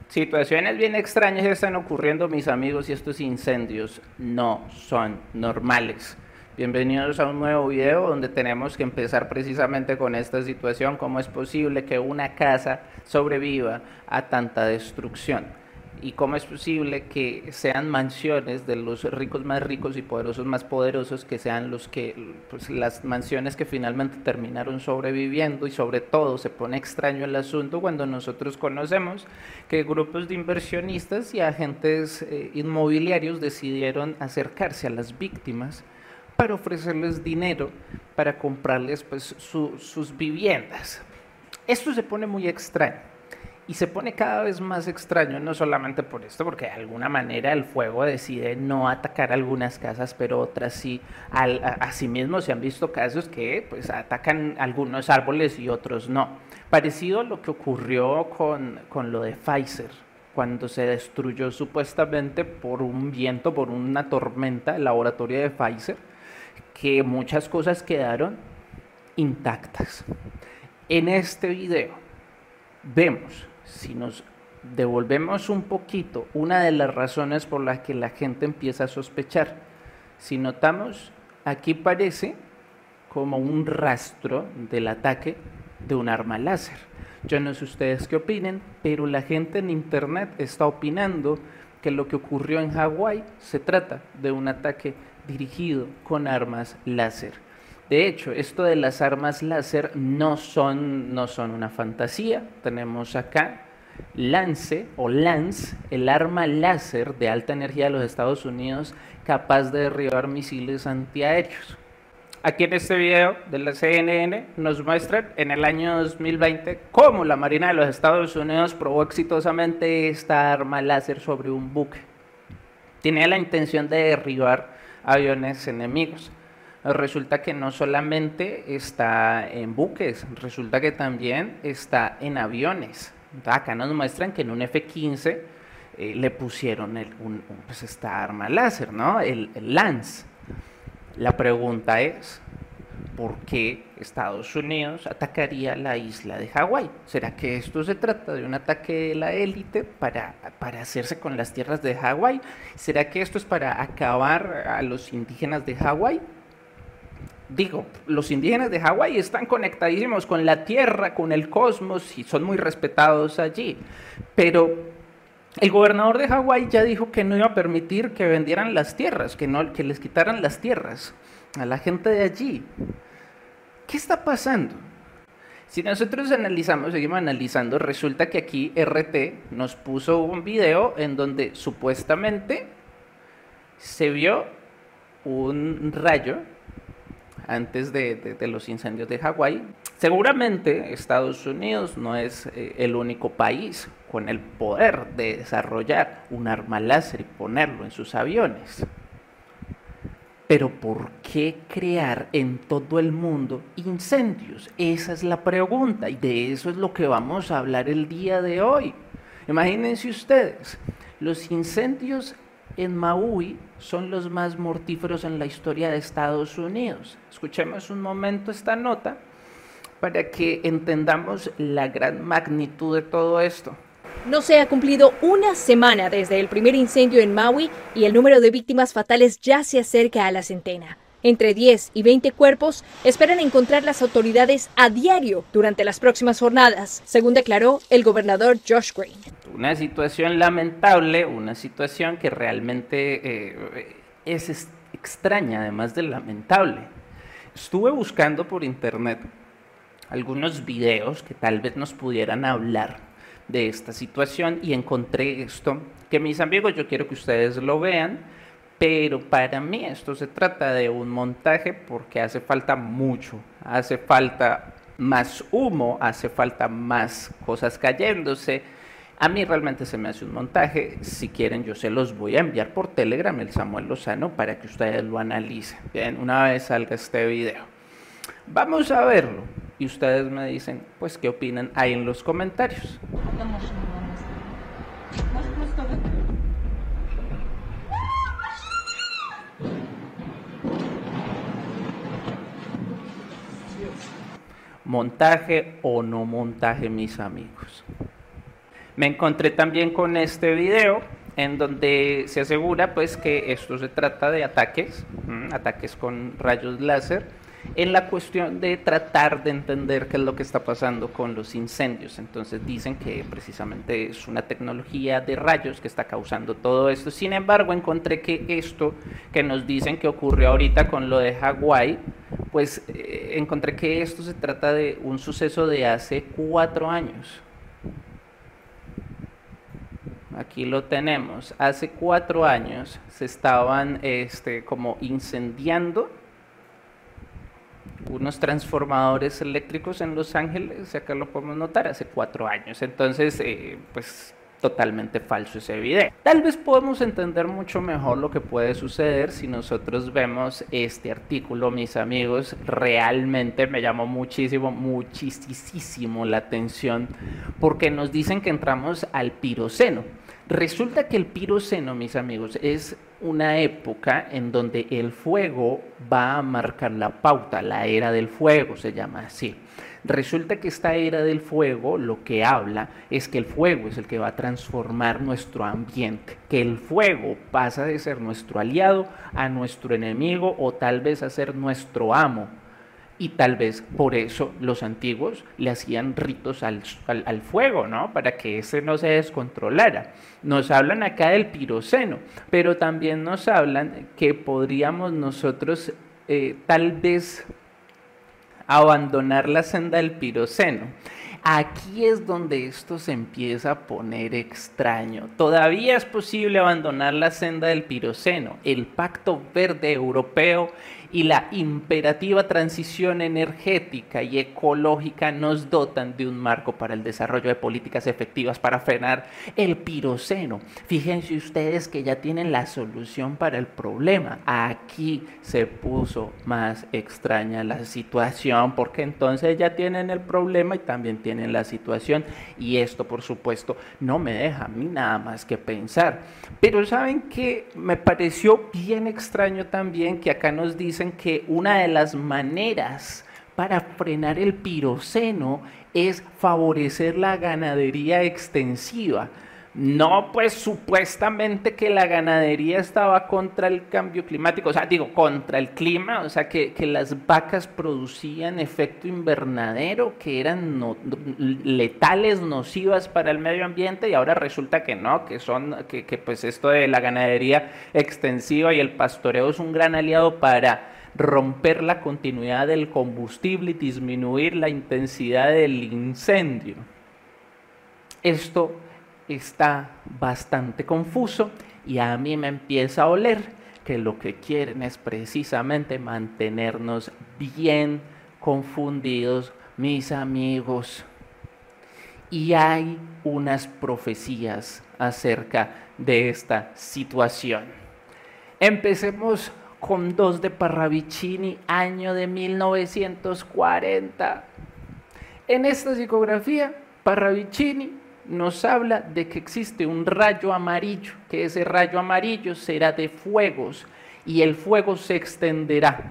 Situaciones bien extrañas están ocurriendo, mis amigos, y estos incendios no son normales. Bienvenidos a un nuevo video donde tenemos que empezar precisamente con esta situación, cómo es posible que una casa sobreviva a tanta destrucción y cómo es posible que sean mansiones de los ricos más ricos y poderosos más poderosos que sean los que, pues, las mansiones que finalmente terminaron sobreviviendo. Y sobre todo se pone extraño el asunto cuando nosotros conocemos que grupos de inversionistas y agentes inmobiliarios decidieron acercarse a las víctimas para ofrecerles dinero para comprarles, pues, sus viviendas. Esto se pone muy extraño. Y se pone cada vez más extraño, no solamente por esto, porque de alguna manera el fuego decide no atacar algunas casas, pero otras sí. Asimismo se han visto casos que, pues, atacan algunos árboles y otros no. Parecido a lo que ocurrió con lo de Pfizer, cuando se destruyó supuestamente por un viento, por una tormenta, el laboratorio de Pfizer, que muchas cosas quedaron intactas. En este video vemos, si nos devolvemos un poquito, una de las razones por las que la gente empieza a sospechar. Si notamos, aquí parece como un rastro del ataque de un arma láser. Yo no sé ustedes qué opinen, pero la gente en internet está opinando que lo que ocurrió en Hawái se trata de un ataque dirigido con armas láser. De hecho, esto de las armas láser no son una fantasía. Tenemos acá Lance, el arma láser de alta energía de los Estados Unidos, capaz de derribar misiles antiaéreos. Aquí en este video de la CNN nos muestran en el año 2020 cómo la Marina de los Estados Unidos probó exitosamente esta arma láser sobre un buque. Tenía la intención de derribar aviones enemigos. Resulta que no solamente está en buques, resulta que también está en aviones. Acá nos muestran que en un F-15 le pusieron pues, esta arma láser, ¿no? El Lance. La pregunta es, ¿por qué Estados Unidos atacaría la isla de Hawái? ¿Será que esto se trata de un ataque de la élite para hacerse con las tierras de Hawái? ¿Será que esto es para acabar a los indígenas de Hawái? Digo, los indígenas de Hawái están conectadísimos con la tierra, con el cosmos, y son muy respetados allí. Pero el gobernador de Hawái ya dijo que no iba a permitir que vendieran las tierras, que les quitaran las tierras a la gente de allí. ¿Qué está pasando? Si nosotros analizamos, seguimos analizando, resulta que aquí RT nos puso un video en donde supuestamente se vio un rayo antes de los incendios de Hawái. Seguramente Estados Unidos no es el único país con el poder de desarrollar un arma láser y ponerlo en sus aviones. Pero ¿por qué crear en todo el mundo incendios? Esa es la pregunta, y de eso es lo que vamos a hablar el día de hoy. Imagínense ustedes, los incendios en Maui son los más mortíferos en la historia de Estados Unidos. Escuchemos un momento esta nota para que entendamos la gran magnitud de todo esto. No se ha cumplido una semana desde el primer incendio en Maui y el número de víctimas fatales ya se acerca a la centena. Entre 10 y 20 cuerpos esperan encontrar las autoridades a diario durante las próximas jornadas, según declaró el gobernador Josh Green. Una situación lamentable, una situación que realmente es extraña, además de lamentable. Estuve buscando por internet algunos videos que tal vez nos pudieran hablar de esta situación y encontré esto, que mis amigos, yo quiero que ustedes lo vean, pero para mí esto se trata de un montaje porque hace falta mucho, hace falta más humo, hace falta más cosas cayéndose. A mí realmente se me hace un montaje. Si quieren yo se los voy a enviar por Telegram, el Samuel Lozano, para que ustedes lo analicen. Bien, una vez salga este video. Vamos a verlo y ustedes me dicen, pues, qué opinan ahí en los comentarios. Montaje o no montaje, mis amigos. Me encontré también con este video en donde se asegura pues que esto se trata de ataques, ataques con rayos láser, en la cuestión de tratar de entender qué es lo que está pasando con los incendios. Entonces dicen que precisamente es una tecnología de rayos que está causando todo esto. Sin embargo, encontré que esto que nos dicen que ocurrió ahorita con lo de Hawái, pues encontré que esto se trata de un suceso de hace 4 años. Aquí lo tenemos. Hace 4 años se estaban como incendiando unos transformadores eléctricos en Los Ángeles. Acá lo podemos notar, hace 4 años. Entonces, pues totalmente falso ese video. Tal vez podemos entender mucho mejor lo que puede suceder si nosotros vemos este artículo, mis amigos. Realmente me llamó muchísimo la atención, porque nos dicen que entramos al Piroceno. Resulta que el Piroceno, mis amigos, es una época en donde el fuego va a marcar la pauta, la era del fuego se llama así. Resulta que esta era del fuego lo que habla es que el fuego es el que va a transformar nuestro ambiente, que el fuego pasa de ser nuestro aliado a nuestro enemigo, o tal vez a ser nuestro amo. Y tal vez por eso los antiguos le hacían ritos al fuego, ¿no? Para que ese no se descontrolara. Nos hablan acá del Piroceno, pero también nos hablan que podríamos nosotros tal vez abandonar la senda del Piroceno. Aquí es donde esto se empieza a poner extraño. Todavía es posible abandonar la senda del Piroceno. El Pacto Verde Europeo y la imperativa transición energética y ecológica nos dotan de un marco para el desarrollo de políticas efectivas para frenar el Piroceno. Fíjense ustedes que ya tienen la solución para el problema. Aquí se puso más extraña la situación, porque entonces ya tienen el problema y también tienen la situación, y esto por supuesto no me deja a mí nada más que pensar. Pero ¿saben qué? Me pareció bien extraño también que acá nos dicen que una de las maneras para frenar el Piroceno es favorecer la ganadería extensiva. No, pues supuestamente que la ganadería estaba contra el cambio climático, o sea, digo, contra el clima, o sea, que las vacas producían efecto invernadero, que eran letales, nocivas para el medio ambiente, y ahora resulta que no, que pues esto de la ganadería extensiva y el pastoreo es un gran aliado para romper la continuidad del combustible y disminuir la intensidad del incendio. Esto está bastante confuso y a mí me empieza a oler que lo que quieren es precisamente mantenernos bien confundidos, mis amigos. Y hay unas profecías acerca de esta situación. Empecemos con 2 de Parravicini, año de 1940. En esta psicografía, Parravicini nos habla de que existe un rayo amarillo, que ese rayo amarillo será de fuegos y el fuego se extenderá.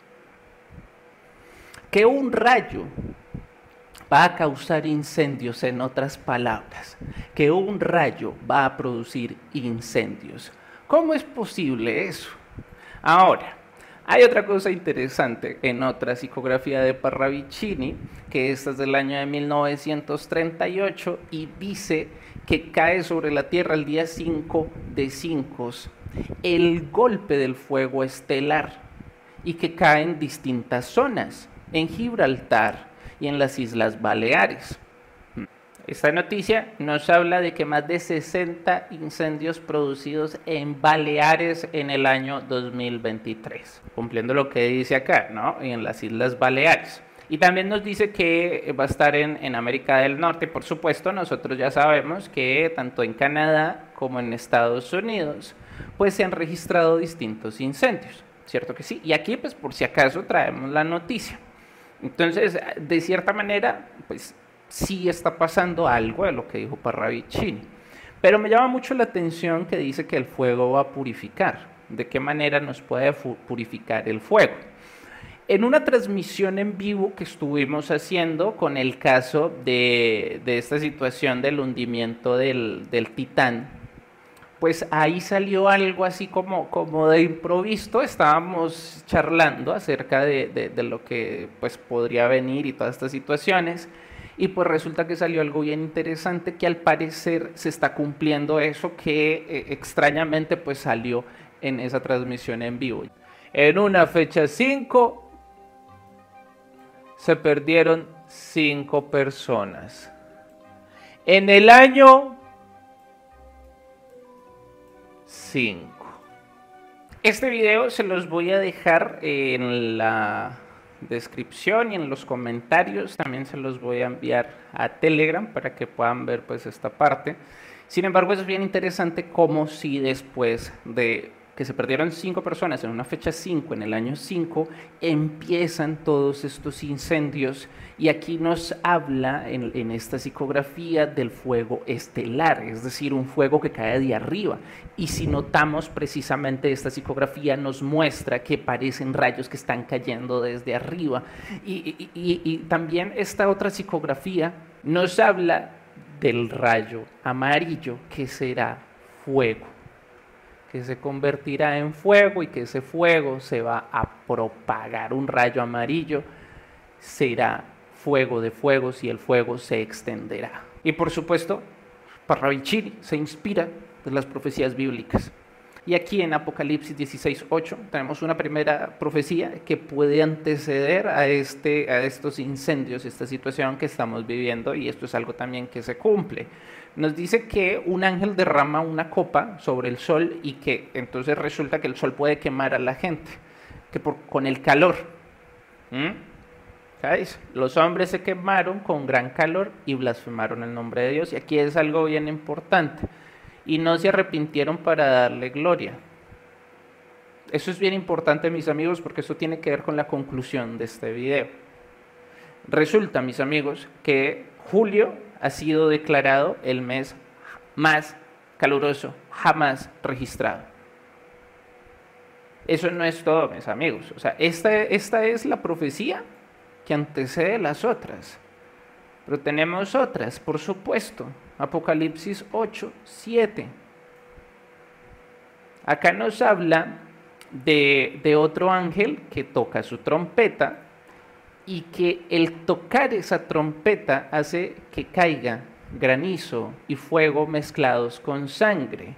Que un rayo va a causar incendios, en otras palabras, que un rayo va a producir incendios. ¿Cómo es posible eso? Ahora, hay otra cosa interesante en otra psicografía de Parravicini, que esta es del año de 1938, y dice que cae sobre la Tierra el día 5 de 5 el golpe del fuego estelar, y que cae en distintas zonas, en Gibraltar y en las Islas Baleares. Esta noticia nos habla de que más de 60 incendios producidos en Baleares en el año 2023, cumpliendo lo que dice acá, ¿no? En las Islas Baleares. Y también nos dice que va a estar en América del Norte. Por supuesto, nosotros ya sabemos que tanto en Canadá como en Estados Unidos, pues se han registrado distintos incendios, ¿cierto que sí? Y aquí, pues por si acaso, traemos la noticia. Entonces, de cierta manera, pues sí está pasando algo de lo que dijo Parravicini. Pero me llama mucho la atención que dice que el fuego va a purificar. ¿De qué manera nos puede purificar el fuego? En una transmisión en vivo que estuvimos haciendo con el caso de esta situación del hundimiento del Titán, pues ahí salió algo así como de improviso. Estábamos charlando acerca de lo que pues podría venir y todas estas situaciones, y pues resulta que salió algo bien interesante, que al parecer se está cumpliendo eso que extrañamente pues salió en esa transmisión en vivo. En una fecha 5 se perdieron 5 personas. En el año 5. Este video se los voy a dejar en la descripción y en los comentarios. También se los voy a enviar a Telegram para que puedan ver pues esta parte. Sin embargo, es bien interesante cómo si después de que se perdieron 5 personas en una fecha 5, en el año 5, empiezan todos estos incendios, y aquí nos habla en esta psicografía del fuego estelar, es decir, un fuego que cae de arriba, y si notamos precisamente esta psicografía nos muestra que parecen rayos que están cayendo desde arriba, y también esta otra psicografía nos habla del rayo amarillo, que será fuego, que se convertirá en fuego, y que ese fuego se va a propagar. Un rayo amarillo será fuego de fuegos, y el fuego se extenderá. Y por supuesto, Parravicini se inspira de las profecías bíblicas. Y aquí en Apocalipsis 16:8 tenemos una primera profecía que puede anteceder a estos incendios, esta situación que estamos viviendo, y esto es algo también que se cumple. Nos dice que un ángel derrama una copa sobre el sol, y que entonces resulta que el sol puede quemar a la gente, que con el calor. ¿Sabes? Los hombres se quemaron con gran calor y blasfemaron el nombre de Dios, y aquí es algo bien importante. Y no se arrepintieron para darle gloria. Eso es bien importante, mis amigos, porque eso tiene que ver con la conclusión de este video. Resulta, mis amigos, que julio ha sido declarado el mes más caluroso jamás registrado. Eso no es todo, mis amigos. O sea, esta es la profecía que antecede las otras. Pero tenemos otras, por supuesto. Apocalipsis 8:7. Acá nos habla de otro ángel que toca su trompeta, y que el tocar esa trompeta hace que caiga granizo y fuego mezclados con sangre.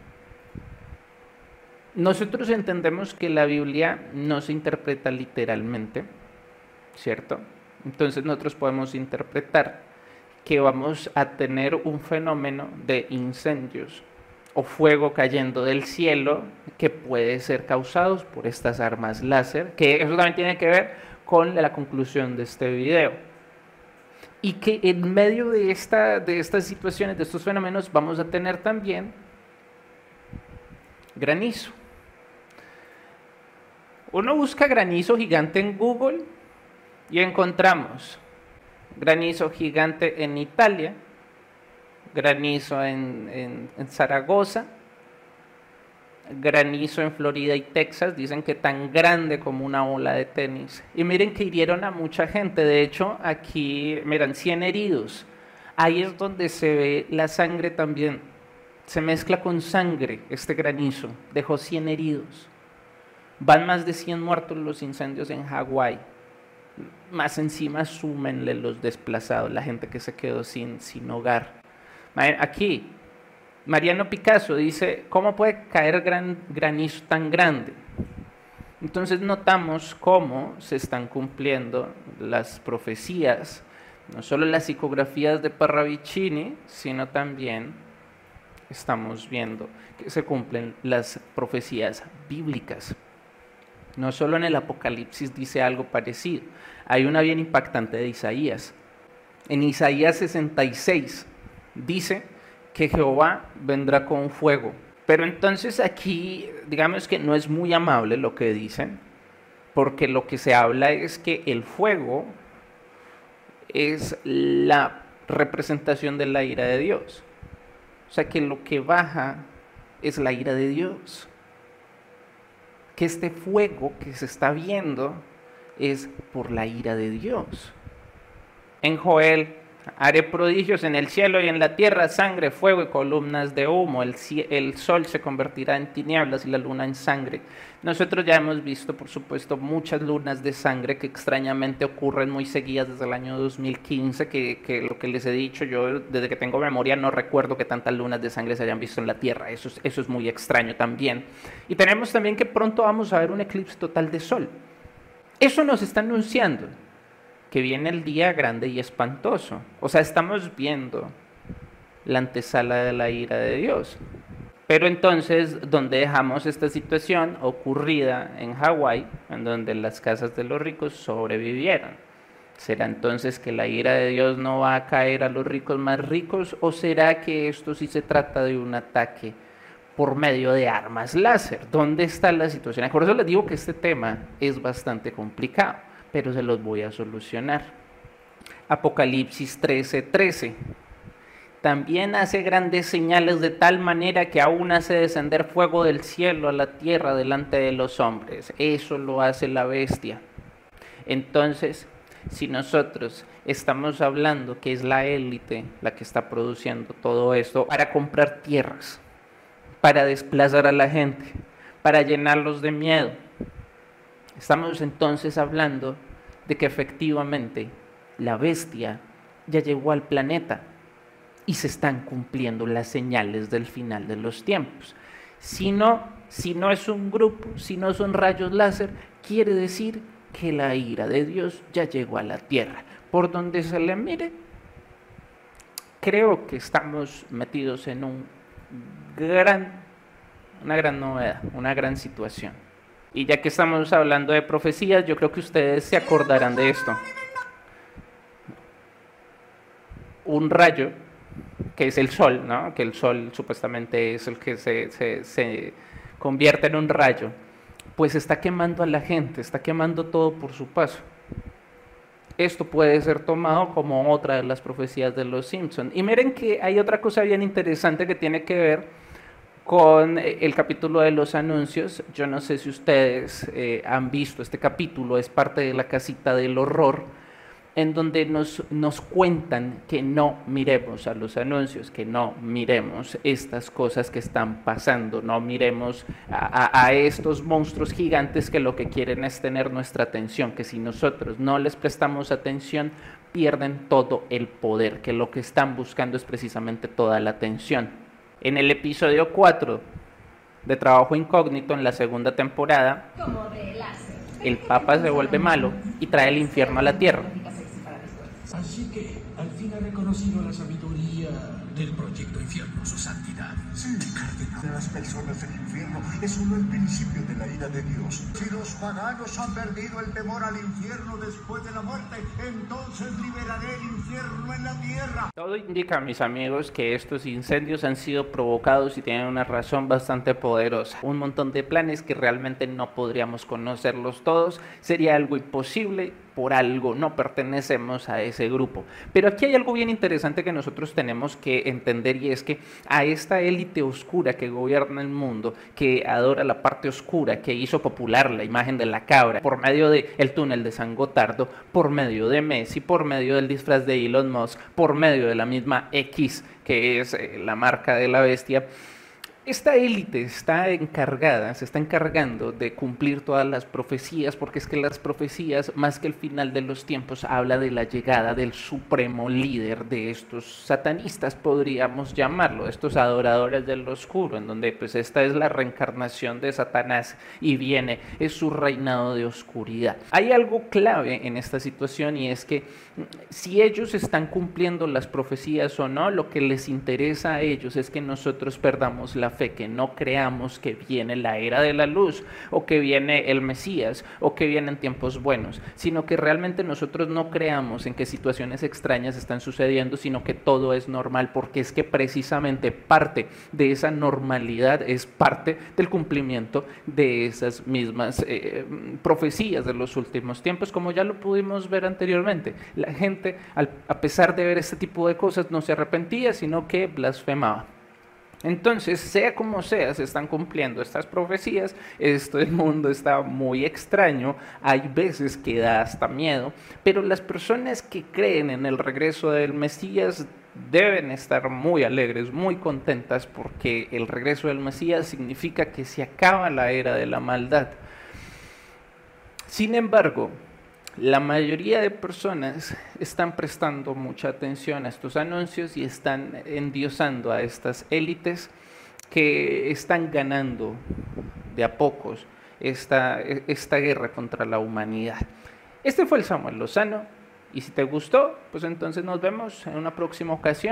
Nosotros entendemos que la Biblia no se interpreta literalmente, ¿cierto? Entonces nosotros podemos interpretar que vamos a tener un fenómeno de incendios o fuego cayendo del cielo, que puede ser causados por estas armas láser, que eso también tiene que ver con la conclusión de este video. Y que en medio de estas situaciones, de estos fenómenos, vamos a tener también granizo. Uno busca granizo gigante en Google y encontramos granizo gigante en Italia, granizo en Zaragoza, granizo en Florida y Texas, dicen que tan grande como una bola de tenis. Y miren que hirieron a mucha gente. De hecho, aquí, miren, 100 heridos. Ahí es donde se ve la sangre también. Se mezcla con sangre este granizo. Dejó 100 heridos. Van más de 100 muertos los incendios en Hawái. Más encima súmenle los desplazados, la gente que se quedó sin hogar. Aquí, Mariano Picasso dice, ¿cómo puede caer granizo tan grande? Entonces notamos cómo se están cumpliendo las profecías, no solo las psicografías de Parravicini, sino también estamos viendo que se cumplen las profecías bíblicas. No solo en el Apocalipsis dice algo parecido, hay una bien impactante de Isaías. En Isaías 66 dice que Jehová vendrá con fuego. Pero entonces aquí, digamos que no es muy amable lo que dicen, porque lo que se habla es que el fuego es la representación de la ira de Dios. O sea, que lo que baja es la ira de Dios. Que este fuego que se está viendo es por la ira de Dios. En Joel: haré prodigios en el cielo y en la tierra, sangre, fuego y columnas de humo. El sol se convertirá en tinieblas y la luna en sangre. Nosotros ya hemos visto, por supuesto, muchas lunas de sangre que extrañamente ocurren muy seguidas desde el año 2015, que lo que les he dicho, yo desde que tengo memoria no recuerdo que tantas lunas de sangre se hayan visto en la Tierra. Eso es muy extraño también. Y tenemos también que pronto vamos a ver un eclipse total de sol. Eso nos está anunciando que viene el día grande y espantoso. O sea, estamos viendo la antesala de la ira de Dios. Pero entonces, ¿dónde dejamos esta situación ocurrida en Hawái, en donde las casas de los ricos sobrevivieron? ¿Será entonces que la ira de Dios no va a caer a los ricos más ricos? ¿O será que esto sí se trata de un ataque por medio de armas láser? ¿Dónde está la situación? Por eso les digo que este tema es bastante complicado, pero se los voy a solucionar. Apocalipsis 13:13. También hace grandes señales de tal manera que aún hace descender fuego del cielo a la tierra delante de los hombres. Eso lo hace la bestia. Entonces, si nosotros estamos hablando que es la élite la que está produciendo todo esto para comprar tierras, para desplazar a la gente, para llenarlos de miedo, estamos entonces hablando de que efectivamente la bestia ya llegó al planeta y se están cumpliendo las señales del final de los tiempos. Si no es un grupo, si no son rayos láser, quiere decir que la ira de Dios ya llegó a la tierra. Por donde se le mire, creo que estamos metidos en una gran novedad, una gran situación. Y ya que estamos hablando de profecías, yo creo que ustedes se acordarán de esto. Un rayo, que es el sol, ¿no? Que el sol supuestamente es el que se convierte en un rayo, pues está quemando a la gente, está quemando todo por su paso. Esto puede ser tomado como otra de las profecías de los Simpson. Y miren que hay otra cosa bien interesante que tiene que ver con el capítulo de los anuncios. Yo no sé si ustedes han visto este capítulo, es parte de la casita del horror, en donde nos cuentan que no miremos a los anuncios, que no miremos estas cosas que están pasando, no miremos a estos monstruos gigantes que lo que quieren es tener nuestra atención, que si nosotros no les prestamos atención, pierden todo el poder, que lo que están buscando es precisamente toda la atención. En el episodio 4 de Trabajo Incógnito, en la segunda temporada, el Papa se vuelve malo y trae el infierno a la tierra. Así que al fin ha reconocido la sabiduría del proyecto Infierno, su santidad. Sí, cardenal. De las personas del infierno es solo el principio de la ira de Dios. Si los paganos han perdido el temor al infierno después de la muerte, entonces liberaré el infierno en la tierra. Todo indica, mis amigos, que estos incendios han sido provocados y tienen una razón bastante poderosa. Un montón de planes que realmente no podríamos conocerlos todos. Sería algo imposible. Por algo no pertenecemos a ese grupo. Pero aquí hay algo bien interesante que nosotros tenemos que entender, y es que a esta élite oscura que gobierna el mundo, que adora la parte oscura, que hizo popular la imagen de la cabra por medio del túnel de San Gotardo, por medio de Messi, por medio del disfraz de Elon Musk, por medio de la misma X, que es la marca de la bestia, esta élite se está encargando de cumplir todas las profecías, porque es que las profecías, más que el final de los tiempos, habla de la llegada del supremo líder de estos satanistas, podríamos llamarlo, estos adoradores del oscuro, en donde pues esta es la reencarnación de Satanás y es su reinado de oscuridad. Hay algo clave en esta situación, y es que si ellos están cumpliendo las profecías o no, lo que les interesa a ellos es que nosotros perdamos la fe, que no creamos que viene la era de la luz, o que viene el Mesías, o que vienen tiempos buenos, sino que realmente nosotros no creamos en que situaciones extrañas están sucediendo, sino que todo es normal, porque es que precisamente parte de esa normalidad es parte del cumplimiento de esas mismas profecías de los últimos tiempos, como ya lo pudimos ver anteriormente. La gente, a pesar de ver este tipo de cosas, no se arrepentía, sino que blasfemaba. Entonces, sea como sea, se están cumpliendo estas profecías, este mundo está muy extraño, hay veces que da hasta miedo, pero las personas que creen en el regreso del Mesías deben estar muy alegres, muy contentas, porque el regreso del Mesías significa que se acaba la era de la maldad. Sin embargo, la mayoría de personas están prestando mucha atención a estos anuncios y están endiosando a estas élites que están ganando de a pocos esta guerra contra la humanidad. Este fue el Samuel Lozano, y si te gustó, pues entonces nos vemos en una próxima ocasión.